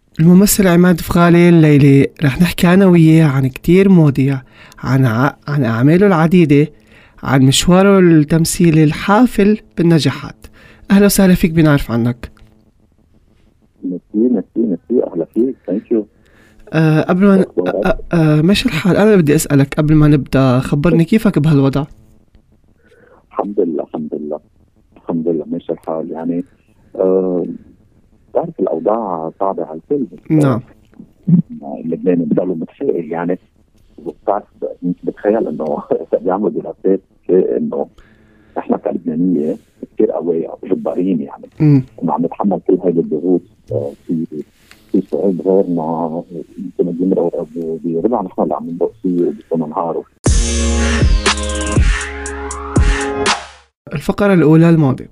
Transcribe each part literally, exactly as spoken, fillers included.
الممثل عماد فغالي الليلة رح نحكي أنا وياه عن كتير مواضيع، عن ع... عن أعماله العديدة، عن مشواره التمثيلي الحافل بالنجاحات. أهلا وسهلا فيك، بنعرف عنك. نسي نسي نسي أهلا فيك. ثانك يو. أه قبل ما ن... أه أه ماشي الحال. أنا بدي أسألك قبل ما نبدأ، خبرني كيفك بهالوضع؟ الحمد لله الحمد لله الحمد لله ماشي الحال يعني. أه تعرف الأوضاع صعبة على الكل. نعم. اللبناني بضلوا متفائل يعني. وبتعرف بتخيل إنه بيعملوا دراسات إنه إحنا كلبنانية كثير قوية جبارين يعني. م. وعم نتحمل كل هاي الضغوط. أه في في صعود غيرنا يمكن بيمرقوا بربع نحن اللي عم نبقى فيه وبيكونوا نهار. الفقرة الأولى الماضي.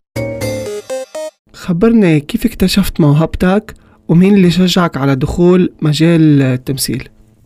خبرني كيف اكتشفت موهبتك ومين اللي شجعك على دخول مجال التمثيل؟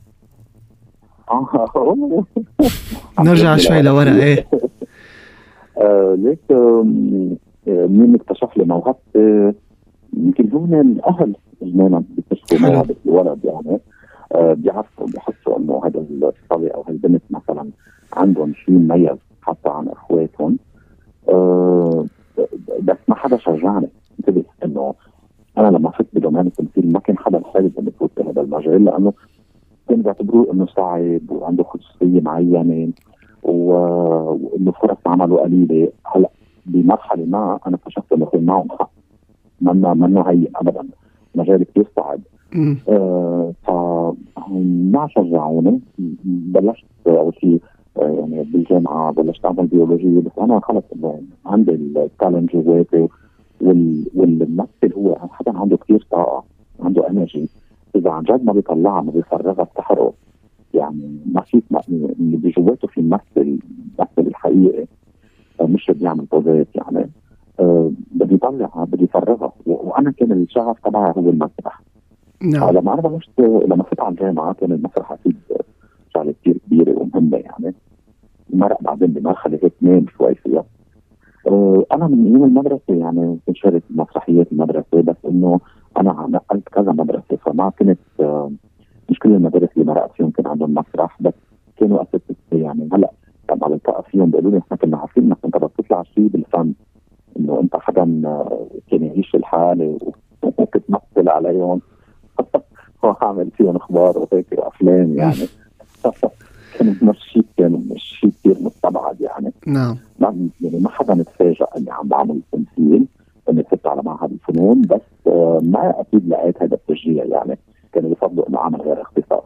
نرجع شوي لورا. ايه آه ليك آه مين اكتشف لي موهبتي؟ يمكن هون الاهل زمان بيكتشفوا موهبة الولد يعني. آه بيعرفوا بيحسوا انه هذا الصبي او هالبنت مثلا عندهم شيء مميز حتى عن اخواتهم. آه بس ما حدا شجعني. انتبه انه انا لما فت بدومين التمثيل ما كان حدا حابب انه يفوت بهذا المجال، لانه كانوا بيعتبروه انه صعب وعنده خصوصيه معينه وانه فرص عمله قليله. هلا بمرحله ما انا اكتشفت انه كان معهم حق، منه منه هي ابدا مجال كثير صعب. آه فما شجعوني. بلشت اول شيء يعني بالجامعه بلشت اعمل بيولوجيه، بس انا خلص انه عندي التالنت جواتي. والممثل هو حدا عنده كثير طاقه، عنده انرجي، اذا عن جد ما بيطلعها ما بيفرغها بتحرق يعني. ما في اللي بجواته في ممثل الممثل الحقيقي، مش اللي بيعمل بوزات يعني. أه بدي يطلعها بدي يفرغها، وانا كان الشغف تبعي هو المسرح. نعم. لما انا بلشت لما فتت على الجامعه كان المسرح اكيد شغله كثير كبيره ومهمه يعني. مرق بعدين بمرحله هيك نام شوي فيها. أه انا من ايام المدرسه يعني كنت شارك مسرحيات المدرسه، بس انه انا نقلت كذا مدرسه فما كنت أه مش كل المدارس اللي مرقت فيهم كان عندهم مسرح، بس كانوا اساتذتي يعني. هلا لما بلتقى فيهم بيقولوا لي احنا كنا عارفين انك انت بتطلع شيء بالفن، انه انت حدا كان يعيش الحاله وتتمثل عليهم وعامل فيهم اخبار وهيك افلام يعني. كان نفس الشيء كان مش شيء كثير مستبعد يعني. نعم. يعني ما حدا نتفاجئ اني عم بعمل تمثيل اني فتت على معهد الفنون، بس ما اكيد لقيت هذا التشجيع يعني. كانوا يفضلوا انه اعمل غير اختصاص.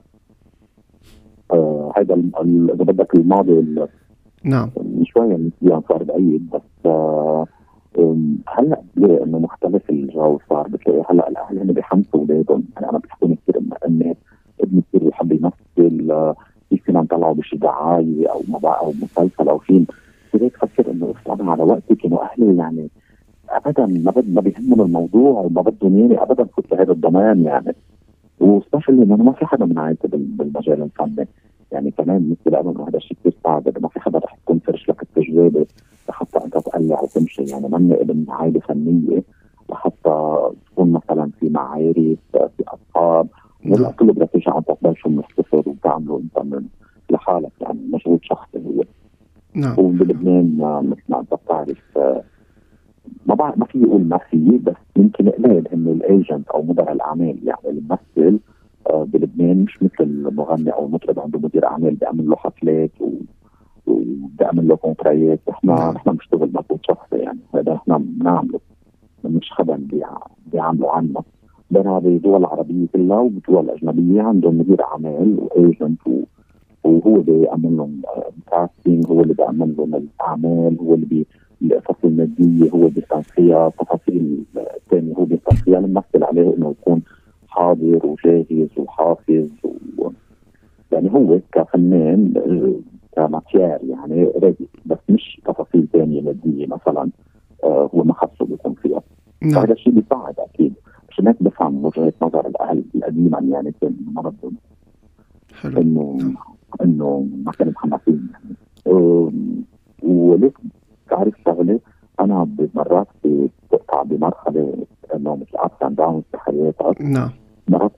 آه هذا اذا بدك الماضي. نعم. شويه نسبيا صار بعيد، بس آه هلا بلاقي انه مختلف الجو صار. بتلاقي هلا الاهل هن بيحمسوا اولادهم يعني. انا بيحكوني كثير انه ابني كثير بحب يمثل، آه كيف فينا نطلعه بشي دعايه او او مسلسل او فيلم. بديت افكر انه انا على وقتي كانوا اهلي يعني ابدا ما بد ما بيهمهم الموضوع وما بدهم ياني ابدا فوت بهذا الضمان يعني. وسبيشلي انه ما في حدا من عائلتي بالمجال الفني يعني. كمان مثل انه هذا الشيء كثير صعب، ما في حدا رح يكون فرش لك التجربه لحتى انت تقلع وتمشي يعني. مني ابن عائله فنيه لحتى تكون مثلا في معارف في اصحاب، ولا كله بدك ترجع انت تبلشوا من الصفر وتعملوا انت من لحالك يعني. مجهود شخصي هو. نعم. وبلبنان مثل ما انت بتعرف ما بعرف، ما في يقول ما في، بس يمكن قليل انه الايجنت او مدير الاعمال يعني الممثل آه بلبنان مش مثل المغني او المطرب عنده مدير اعمال بيعمل له حفلات وبيعمل له كونترايات. احنا نعم. نحن بنشتغل مجهود شخصي يعني. هذا احنا بنعمله، مش حدا بيعمله عنا. بينما بالدول العربيه كلها والدول الاجنبيه عندهم مدير اعمال وايجنت، وهو بيعمل لهم كاستنج، هو اللي بيعمل لهم الاعمال، هو اللي بي القصص الماديه هو بيهتم فيها، التفاصيل الثانيه هو بيهتم فيها. الممثل عليه انه يكون حاضر وجاهز وحافظ و... يعني هو كفنان كماتيار يعني ريدي، بس مش تفاصيل ثانيه ماديه مثلا آه هو ما خصه بيكون فيها. نعم. هذا الشيء بيساعد اكيد. عشان هيك بفهم وجهه نظر الاهل القديمه يعني كان ما بدهم انه نعم. انه ما كانوا محمسين يعني. آه وليك تعرف شغله، انا بمرات بتقطع بمرحله انه مثل ابس اند داونز بحياتك. نعم.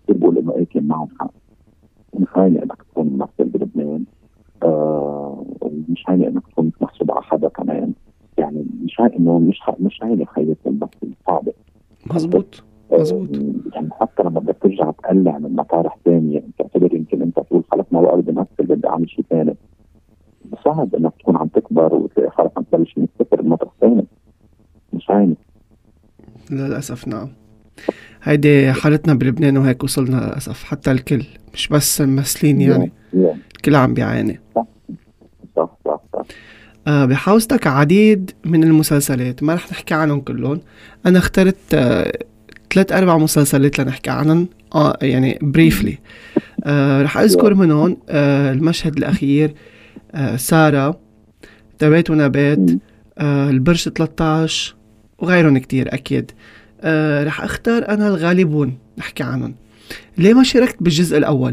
كثير بقول انه ايه كان معهم حق. مش هيني انك تكون ممثل بلبنان، آه ومش هيني انك تكون محسوب على حدا كمان. يعني مش هاي انه مش ه... مش هيني حياة الممثل صعبة. مزبوط مزبوط. آه يعني حتى لما بدك ترجع تقلع من مطارح ثانية، تعتبر يمكن انت تقول خلص ما بقى بدي امثل، بدي اعمل شيء ثاني. صعب انك تكون عم تكبر وتلاقي حالك عم تبلش من الصفر بمطرح ثاني. مش هيني للأسف. نعم، هيدي حالتنا بلبنان وهيك وصلنا للأسف. حتى الكل مش بس الممثلين يعني، yeah. الكل عم بيعاني. صح صح صح, صح. آه بحوزتك عديد من المسلسلات، ما رح نحكي عنهم كلهم. أنا اخترت آه ثلاث أربع مسلسلات لنحكي عنهم آه يعني بريفلي. آه رح أذكر منهم آه المشهد الأخير، آه سارة، تبات ونبات، آه البرج ثلاثة عشر، وغيرهم كتير أكيد. آه رح أختار أنا الغالبون نحكي عنهم. ليه ما شاركت بالجزء الأول؟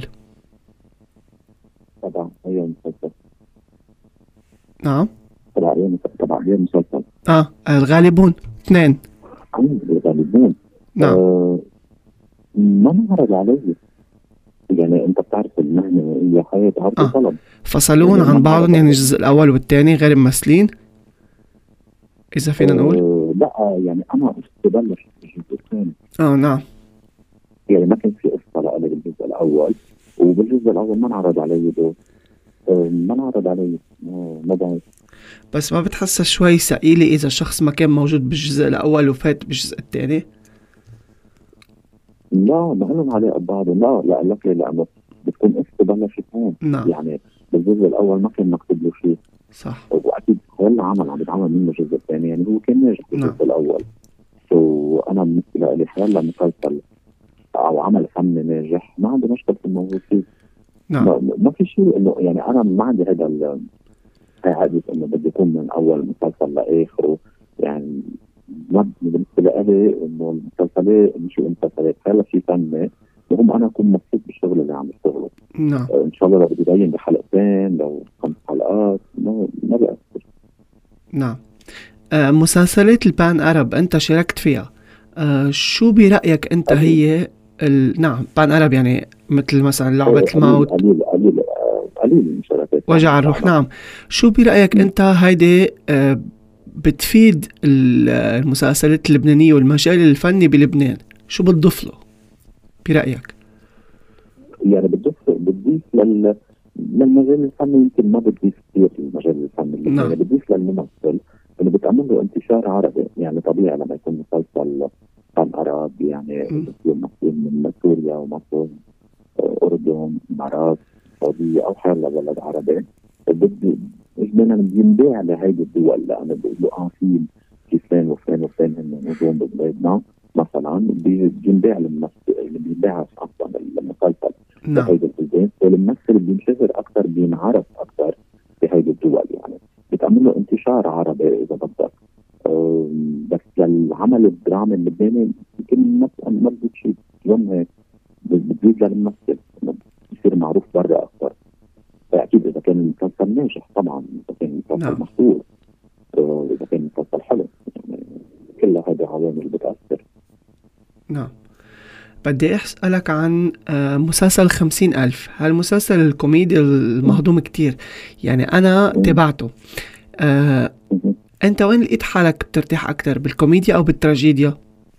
طبعا هي مسلسل. نعم طبعا هي مسلسل. طبعا هي مسلسل. آه الغالبون اثنين. الغالبون. نعم. آه ما نعرض عليه. يعني أنت بتعرف المهنة هي حياة عرض آه. طلب. فصلون عن بعضهم يعني الجزء الأول والثاني غير ممثلين إذا فينا نقول. آه لا يعني أنا استبلش بالجزء الثاني. آه نعم. يعني ما كان في قصة لألي بالجزء الأول، وبالجزء الأول ما نعرض عليه دور. آه ما نعرض عليه. آه ما بعرف. بس ما بتحسها شوي ثقيلة إذا شخص ما كان موجود بالجزء الأول وفات بالجزء الثاني؟ لا ما لهم علاقة ببعض. لا لا لك لأنه بتكون قصة بلشت هون. نعم. يعني بالجزء الأول ما كان مكتوب له شيء. صح. واكيد كل عمل عم يتعمل منه الجزء الثاني، يعني هو كان ناجح بالجزء نعم. الاول. وانا بالنسبه لي حيلا مسلسل او عمل فني ناجح ما عندي مشكله في الموضوع فيه. نعم. ما, ما في شيء انه يعني انا ما عندي هذا الحديث انه بدي يكون من اول مسلسل لاخره. يعني ما بالنسبه لي انه المسلسلات مش المسلسلات هلا في فني، وهم انا اكون مبسوط بالشغل اللي عم بشتغله. نعم. ان شاء الله لو بدي ابين بحلقتين لو خمس حلقات ما ما بأثر. نعم. آه مسلسلات البان أرب أنت شاركت فيها، آه شو برأيك أنت هي ال... نعم بان أرب يعني مثل مثلا لعبة الموت، قليل قليل قليل المشاركات، وجع الروح. نعم. شو برأيك أنت هيدي آه بتفيد المسلسلات اللبنانية والمجال الفني بلبنان؟ شو بتضيف له برأيك؟ يعني بتضيف بتضيف لل للمجال الفني. يمكن ما بتضيف كثير للمجال الفني اللبناني. نعم. بتضيف للممثل انه بتعمل له انتشار عربي. يعني طبيعي لما يكون مسلسل فن عرب يعني بتصير ممثلين من سوريا ومصر، اردن، الامارات، السعوديه او حيلا بلد عربي، بدي اجمالا بينباع لهيدي الدول. لانه بيقول له اه في في فلان وفلان وفلان هن نجوم ببلادنا مثلا، بينباع للممثل اللي بينباع اصلا المسلسل بهيدي البلدان، والممثل بينشهر اكثر، بينعرف اكثر بهيدي الدول. يعني بتعمل له انتشار عربي اذا بدك. أه بس للعمل الدرامي اللبناني يمكن مثلا ما بدك شيء يوم هيك بتزيد للممثل بصير معروف برا اكثر. فاكيد اذا كان المسلسل ناجح طبعا، اذا كان المسلسل نعم. مشهور، أه اذا كان المسلسل حلو، يعني كل هذه عوامل بتاثر. نعم. بدي أسألك عن مسلسل خمسين ألف. هالمسلسل الكوميدي المهضوم كتير، يعني أنا تابعته. أه أنت وين لقيت حالك بترتاح أكتر، بالكوميديا أو بالتراجيديا؟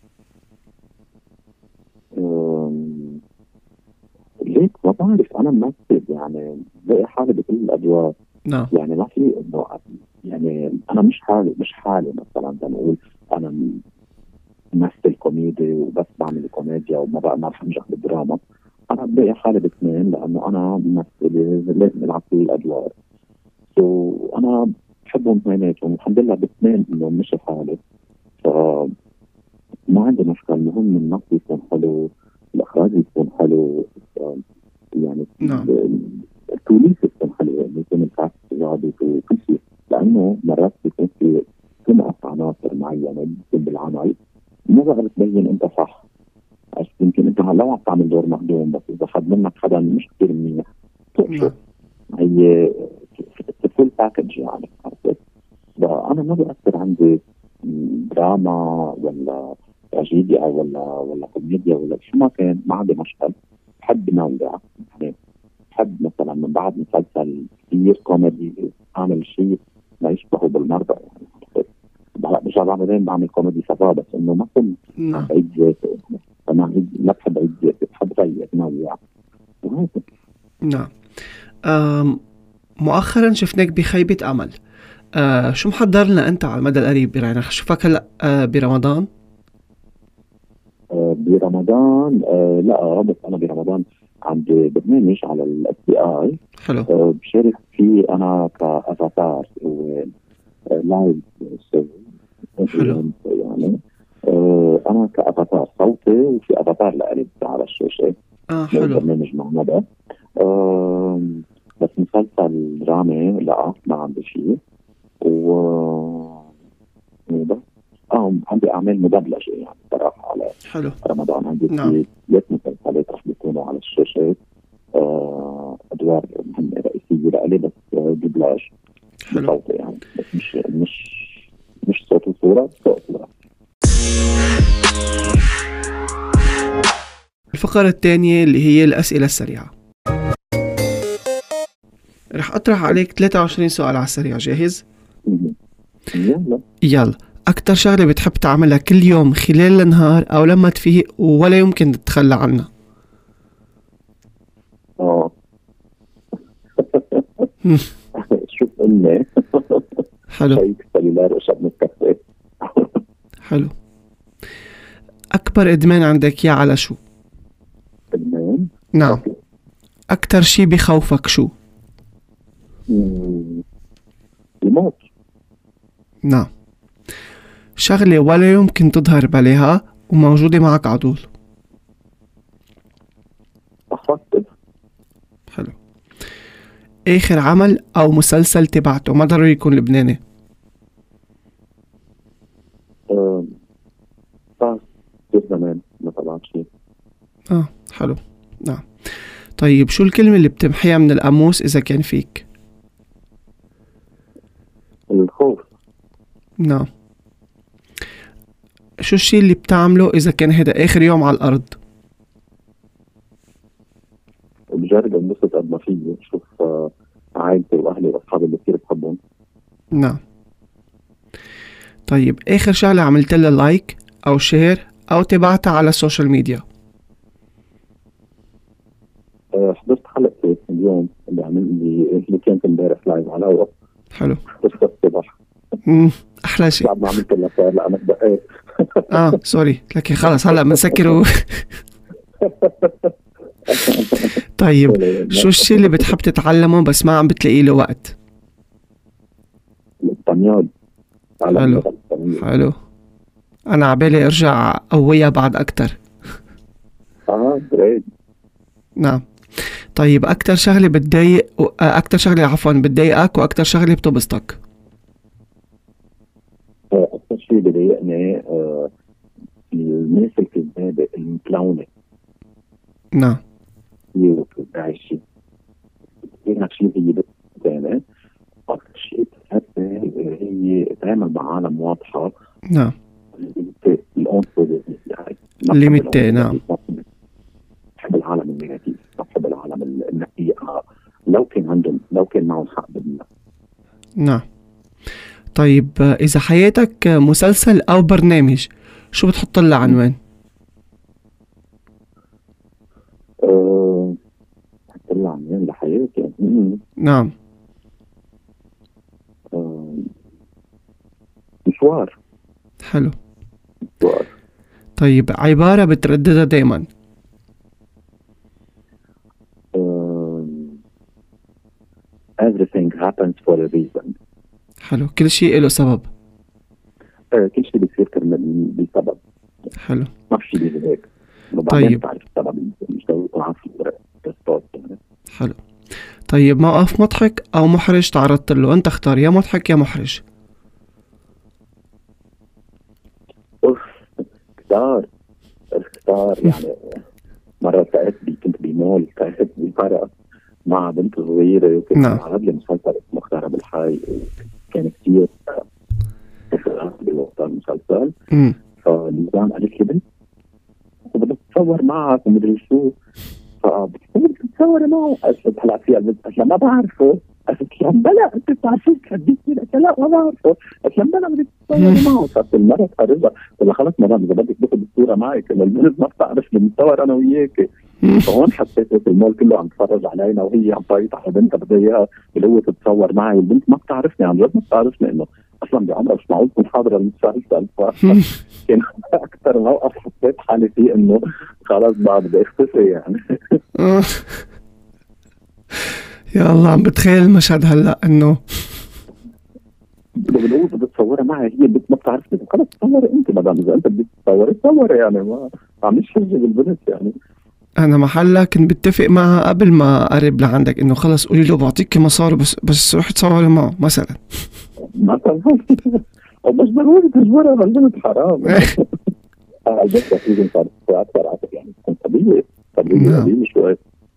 ليك ما بعرف، أنا ممثل يعني بلاقي حالي بكل الأدوار. نعم. يعني ما في إنه يعني أنا مش حالي مش حالي مثلا بنقول أنا ممثل كوميدي وبس بعمل كوميديا وما بقى ما بنجح بالدراما. أنا بلاقي حالي باثنين لأنه أنا ممثل لازم ألعب كل الأدوار. سو أنا بحبهم اثنيناتهم الحمد لله باثنين إنه مش حالي. ف ما عندي مشكلة. المهم النص يكون حلو، الإخراج يكون حلو، يعني نعم. التوليف يكون حلو، يعني يكون الكاست رياضي وكل شيء. لأنه مرات بيكون في تنقص عناصر معينة بالعمل ما بقى بتبين أنت صح. يمكن أنت لو عم تعمل دور مخدوم بس إذا خد منك حدا مش كثير منيح تقشر. هي فول باكج يعني. عرفت؟ أنا ما بأثر عندي دراما ولا تراجيديا ولا ولا كوميديا ولا شو ما كان، ما عندي مشكلة. بحب نوع يعني، بحب مثلا من بعد مسلسل كثير كوميدي اعمل شيء ما يشبهه بالمرضى يعني. هلا برجع بعمل بعمل كوميدي سوا، بس انه ما كنت نعم بعيد ذاتي يعني. انا عيد ما بحب عيد ذاتي، بحب غير نوع وهيك. نعم. آم، مؤخرا شفناك بخيبة أمل. آه شو محضر لنا أنت على المدى القريب؟ يعني رح أشوفك هلأ آه برمضان. آه برمضان آه لا، بس انا برمضان عندي برنامج على الاس بي اي حلو. آه بشارك فيه انا كافاتار لايف شو حلو. يعني. آه انا كافاتار صوتي، وفي افاتار لقلب على الشاشه آه حلو. برنامج معنا ده. آه بس مسلسل درامي لا ما عندي شيء. و وبس. اه عندي اعمال مدبلجه يعني صراحه على حلو. رمضان. عندي نعم. في ثلاث مسلسلات رح بيكونوا على الشاشات، آه ادوار مهمه رئيسيه لإلي، بس آه دبلاج حلو. بصوتي يعني، بس مش مش مش صوت وصوره، صوت وصوره. الفقرة الثانية اللي هي الأسئلة السريعة. رح أطرح عليك ثلاثة وعشرين سؤال على السريع، جاهز؟ مهم. يلا. يلا. أكتر شغلة بتحب تعملها كل يوم خلال النهار أو لما تفيق ولا يمكن تتخلى عنها؟ اه شو قلنا؟ حلو. شيك سلولار وشرب نسكافيه. حلو. أكبر إدمان عندك يا على شو؟ ادمان. نعم. أكتر شي بخوفك شو؟ مم. الموت. نعم. شغلة ولا يمكن تظهر بلاها وموجودة معك عطول. أخطب. حلو. آخر عمل أو مسلسل تبعته ما ضروري يكون لبناني. آه. صار كثير زمان ما طلعت شيء. آه حلو. نعم. طيب شو الكلمة اللي بتمحيها من القاموس إذا كان فيك؟ الخوف. نعم. شو الشي اللي بتعمله إذا كان هذا آخر يوم على الأرض؟ بجرب انبسط قد ما فيي، شوف آه عائلتي واهلي واصحابي اللي كثير بحبهم. نعم. طيب آخر شغلة عملت لها لايك أو شير أو تبعتها على السوشيال ميديا؟ آه حضرت حلقتي اليوم اللي عمل لي اللي كانت امبارح لايف على الهواء. حلو. حضرت الصبح. امم أحلى شيء. بعد ما عملت لها شير لأنا دقيت. آه سوري لكن خلص هلأ بنسكره. طيب شو الشي اللي بتحب تتعلمه بس ما عم بتلاقي له وقت؟ الاسبانيول. حلو. حلو. أنا عبالي أرجع قوية بعد أكتر. اه جريد. نعم. طيب أكتر شغلة بتضايق أكتر شغلة عفوا بتضايقك وأكتر شغلة بتبسطك؟ أكثر شيء بضايقني آه الناس الكذابة المتلونة. نعم. هي عايشين. هي شيء هي بتاني. أكثر شيء بتحبه هي تعمل مع عالم واضحة. نعم. الأنثى يعني. ليميتي. نعم. بحب العالم النيجاتيف، بحب العالم النقيقة لو كان عندهم لو كان معهم حق بالله. نعم. طيب إذا حياتك مسلسل أو برنامج شو بتحط لها عنوان؟ أه... بحط لها عنوان لحياتي. نعم. أه... مشوار. حلو. مشوار. طيب عبارة بترددها دايما؟ أه... everything happens for a reason. حلو. كل شيء له سبب. أه... كل شيء بيصير كرمال بسبب. حلو. ما في شيء بيجي هيك. طيب. تعرف السبب مش ضروري تكون عارف الاسباب يعني. حلو. طيب موقف مضحك أو محرج تعرضت له، أنت اختار يا مضحك يا محرج. اوف كتار كتار يعني. مرة تعبت كنت بمول، تعبت بفرق مع بنت صغيرة وكنت نعم. عرض لي مسلسل اسمه خرب الحي، كان كتير بوقت المسلسل. فالنظام قالت لي بنت بدك تتصور معك ومدري شو، ف فبتصير تتصوري معه. قلت هلا فيها البنت، قلت لها ما بعرفه. قلت لها بلا انت بتعرفيه تحدثني؟ قلت لها لا ما بعرفه. قلت لها بلا بدك تتصوري معه. صارت المرة تخرجها، قلت لها خلص مدام اذا بدك باخذ الصورة معك، انه البنت ما بتعرفني بنتصور انا وياك. فهون حسيت المول كله عم يتفرج علينا وهي عم تعيط على بنتها بدها اياها اللي هو تتصور معي. البنت ما بتعرفني، عن جد ما بتعرفني، انه اصلا بعمرها مش معقول تكون حاضره المسلسل. فكان اكثر موقف حسيت حالي فيه انه خلاص بقى بدي اختفي يعني. يا الله عم بتخيل المشهد هلا انه بدي بقول بدي تصورها معي، هي البنت ما بتعرفني. خلص تصوري انت مدام، اذا انت بدك تصوري تصوري يعني، ما عملش حجه بالبنت يعني. انا محلك كنت بتفق معها قبل ما اقرب لعندك انه خلص قولي له بعطيك مصاري بس بس روحي تصوري معه مثلا مثلا. او مش ضروري تجبرها، بالبنت حرام. اه البنت اكيد صارت اكثر يعني تكون طبيعي طبيعي قليل شوي.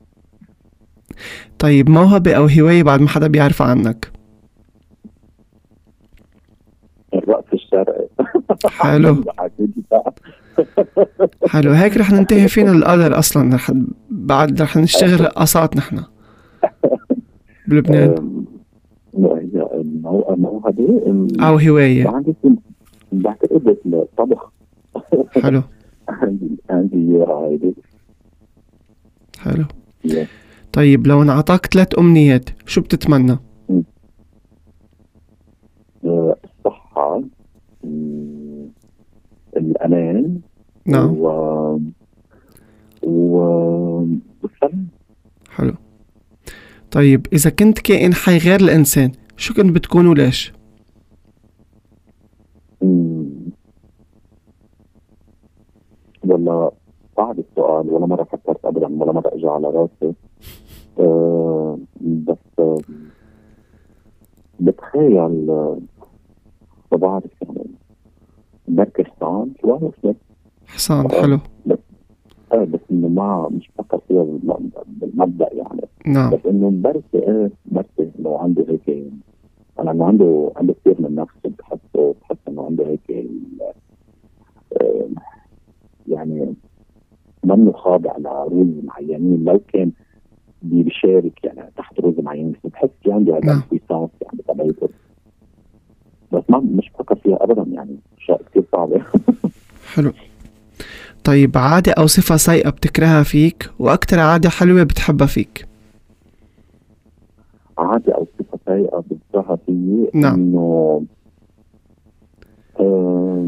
طيب موهبة او هواية بعد ما حدا بيعرف عنك؟ الرقص الشرقي. حلو حلو، هيك رح ننتهي فينا القدر اصلا. رح بعد رح نشتغل رقصات نحن بلبنان. موهبة او هواية؟ بعتقد الطبخ. حلو عندي عندي هواية. حلو. طيب لو انعطاك ثلاث امنيات شو بتتمنى؟ الصحة، الأمان، نعم، و و والسلام. حلو. طيب إذا كنت كائن حي غير الإنسان شو كنت بتكون وليش؟ والله صعب السؤال، ولا مرة فكرت أبدا، ولا مرة إجا على راسي. أه بس أه بتخيل ما بعرف يعني بركي حصان. شو بعرف حصان. أه حلو. بس أه بس إنه ما مش بفكر فيها بالمبدأ يعني. نعم. بس إنه بركي إيه بركي لو عنده هيك، أنا إنه عنده عنده كثير من نفسه، بحسه بحس إنه عنده هيك أه يعني منه خاضع لرولز معينين. لو كان بيشارك يعني تحت رولز معينين، بس بحس في عنده هذا الانفصام يعني بطبيعته. بس ما مش بفكر فيها ابدا يعني، شيء كثير صعبه. حلو. طيب عادة او صفة سيئة بتكرهها فيك، واكثر عادة حلوة بتحبها فيك؟ عادة او صفة سيئة بكرهها فيي؟ نعم. انه آه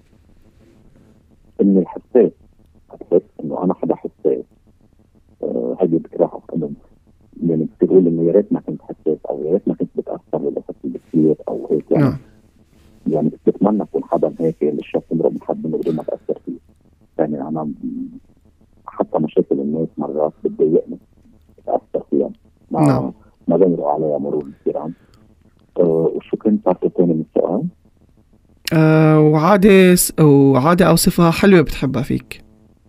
انه الحساس. حسيت انه انا حدا حساس. آه هذه بكرهها. انه يعني بتقول انه يا ريت ما كنت حساس، او يا ريت ما كنت بتاثر بالقصص كثير او هيك يعني. نعم. يعني بتتمنى تكون حدا هيك اللي الشخص يمرق من حد من غير ما تاثر فيه. يعني انا حتى مشاكل الناس مرات بتضايقني، بتاثر فيها، ما نعم. ما بمرق عليها مرور الكرام. أه وشو كنت تعرف تاني من السؤال؟ أه وعادة س... وعادة او صفة حلوة بتحبها فيك؟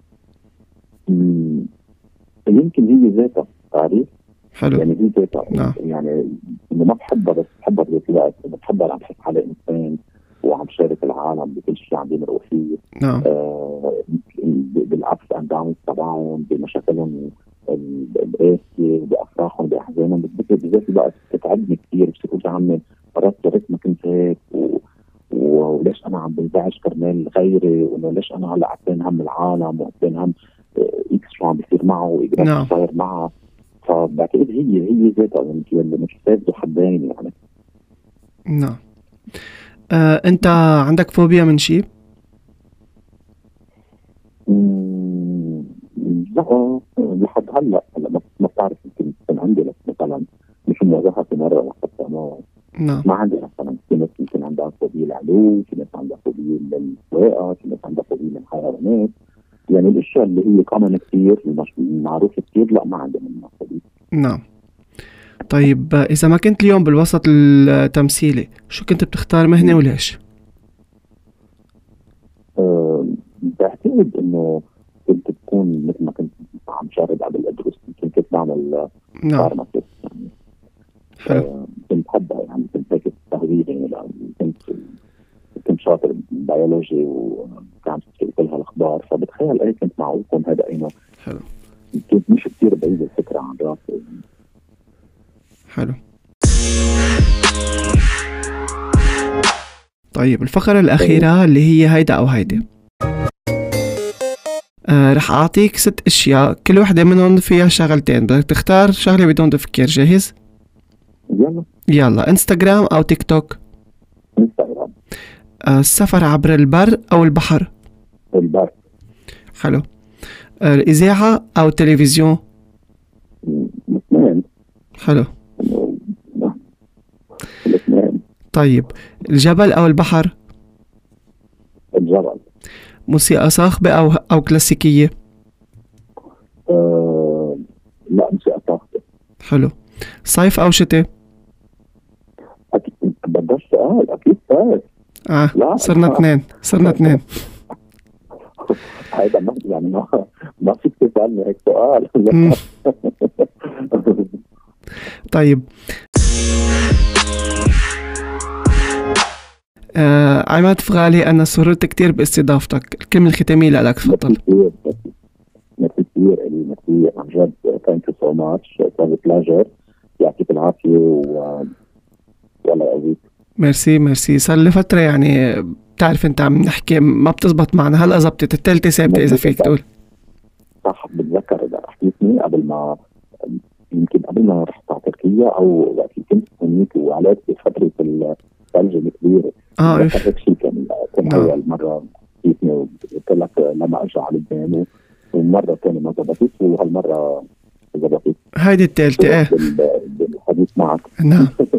يمكن هي ذاتها. تعرف؟ حلو. يعني هي ذاتها. نعم. يعني انه ما بحبها، بس بحبها بذات الوقت. بحبها لما بحس حالي انسان وعم شارك العالم بكل شيء عم بيمرقوا فيه. نعم. آه بالابس اند داونز تبعهم، بمشاكلهم القاسية، بافراحهم، باحزانهم. بس بذات الوقت بتتعبني كثير. بتقول يا عمي مرات يا ريت ما كنت هيك، و... وليش انا عم بنزعج كرمال غيري، وانه ليش انا هلا عتبان هم العالم وعتبان هم اكس شو عم بيصير معه واكس نعم. صاير معه. فبعتقد هي هي ذاتها اللي مش فايده حدين يعني. نعم. آه، انت عندك فوبيا من شيء؟ لا لحد هلا هلا ما بتعرف. يمكن كان عندي لك مثلا مش مواجهه في مره حتى ما نعم. ما عندي مثلا. في ناس يمكن عندها فوبيا العلو، في ناس عندها فوبيا للسواقه، في ناس عندها فوبيا للحيوانات. يعني الاشياء اللي هي كمان كثير معروفه كثير لا ما عندي منها فوبيا. نعم. طيب إذا ما كنت اليوم بالوسط التمثيلي شو كنت بتختار مهنة وليش؟ أه بعتقد إنه كنت تكون مثل ما كنت عم شارد قبل أدرس. كنت كنت بعمل فارماسيست يعني. حلو. أه كنت بحبها يعني. كنت هيك تغذية يعني. كنت كنت شاطر بالبيولوجي وكان كل هالأخبار. فبتخيل أي كنت معقول كون هذا إنه حلو. كنت مش كثير بعيد الفكره عن راسي. حلو. طيب الفقرة الأخيرة اللي هي هيدا أو هيدا. آه رح أعطيك ست أشياء كل وحدة منهم فيها شغلتين، بدك تختار شغلة بدون تفكير. جاهز؟ يلا يلا. انستغرام أو تيك توك؟ انستغرام. آه السفر عبر البر أو البحر؟ البر. حلو. آه الإذاعة أو التلفزيون؟ الاثنين. حلو. الاثنين. طيب الجبل أو البحر؟ الجبل. موسيقى صاخبة أو أو كلاسيكية؟ آه لا موسيقى صاخبة. حلو. صيف أو شتاء؟ أكيد بدرش سؤال. أكيد صيف. آه لا صرنا اثنين صرنا اثنين هذا ما يعني ما ما فيك تسألني هيك سؤال. طيب آه عماد فغالي، أنا سررت كتير باستضافتك. الكلمة الختامية لك تفضل. ميرسي كثير إلي، ميرسي عن جد. ثانك يو سو ماتش. كان بلاجر. يعطيك العافية و والله يقويك. ميرسي ميرسي. صار لي فترة يعني بتعرف أنت عم نحكي ما بتزبط معنا، هلأ زبطت الثالثة ثابتة إذا فيك تقول. صح. بتذكر إذا حكيتني قبل ما يمكن قبل ما رحت على تركيا أو وقت كنت هنيك وعليت بفترة الثلج الكبيرة. اه هيك شيء كان كان أول مرة حكيتني وقلت لك لما أرجع على لبنان، ومرة ثانية ما زبطت وهالمرة زبطت. هيدي الثالثة. ايه بالحديث معك. نعم.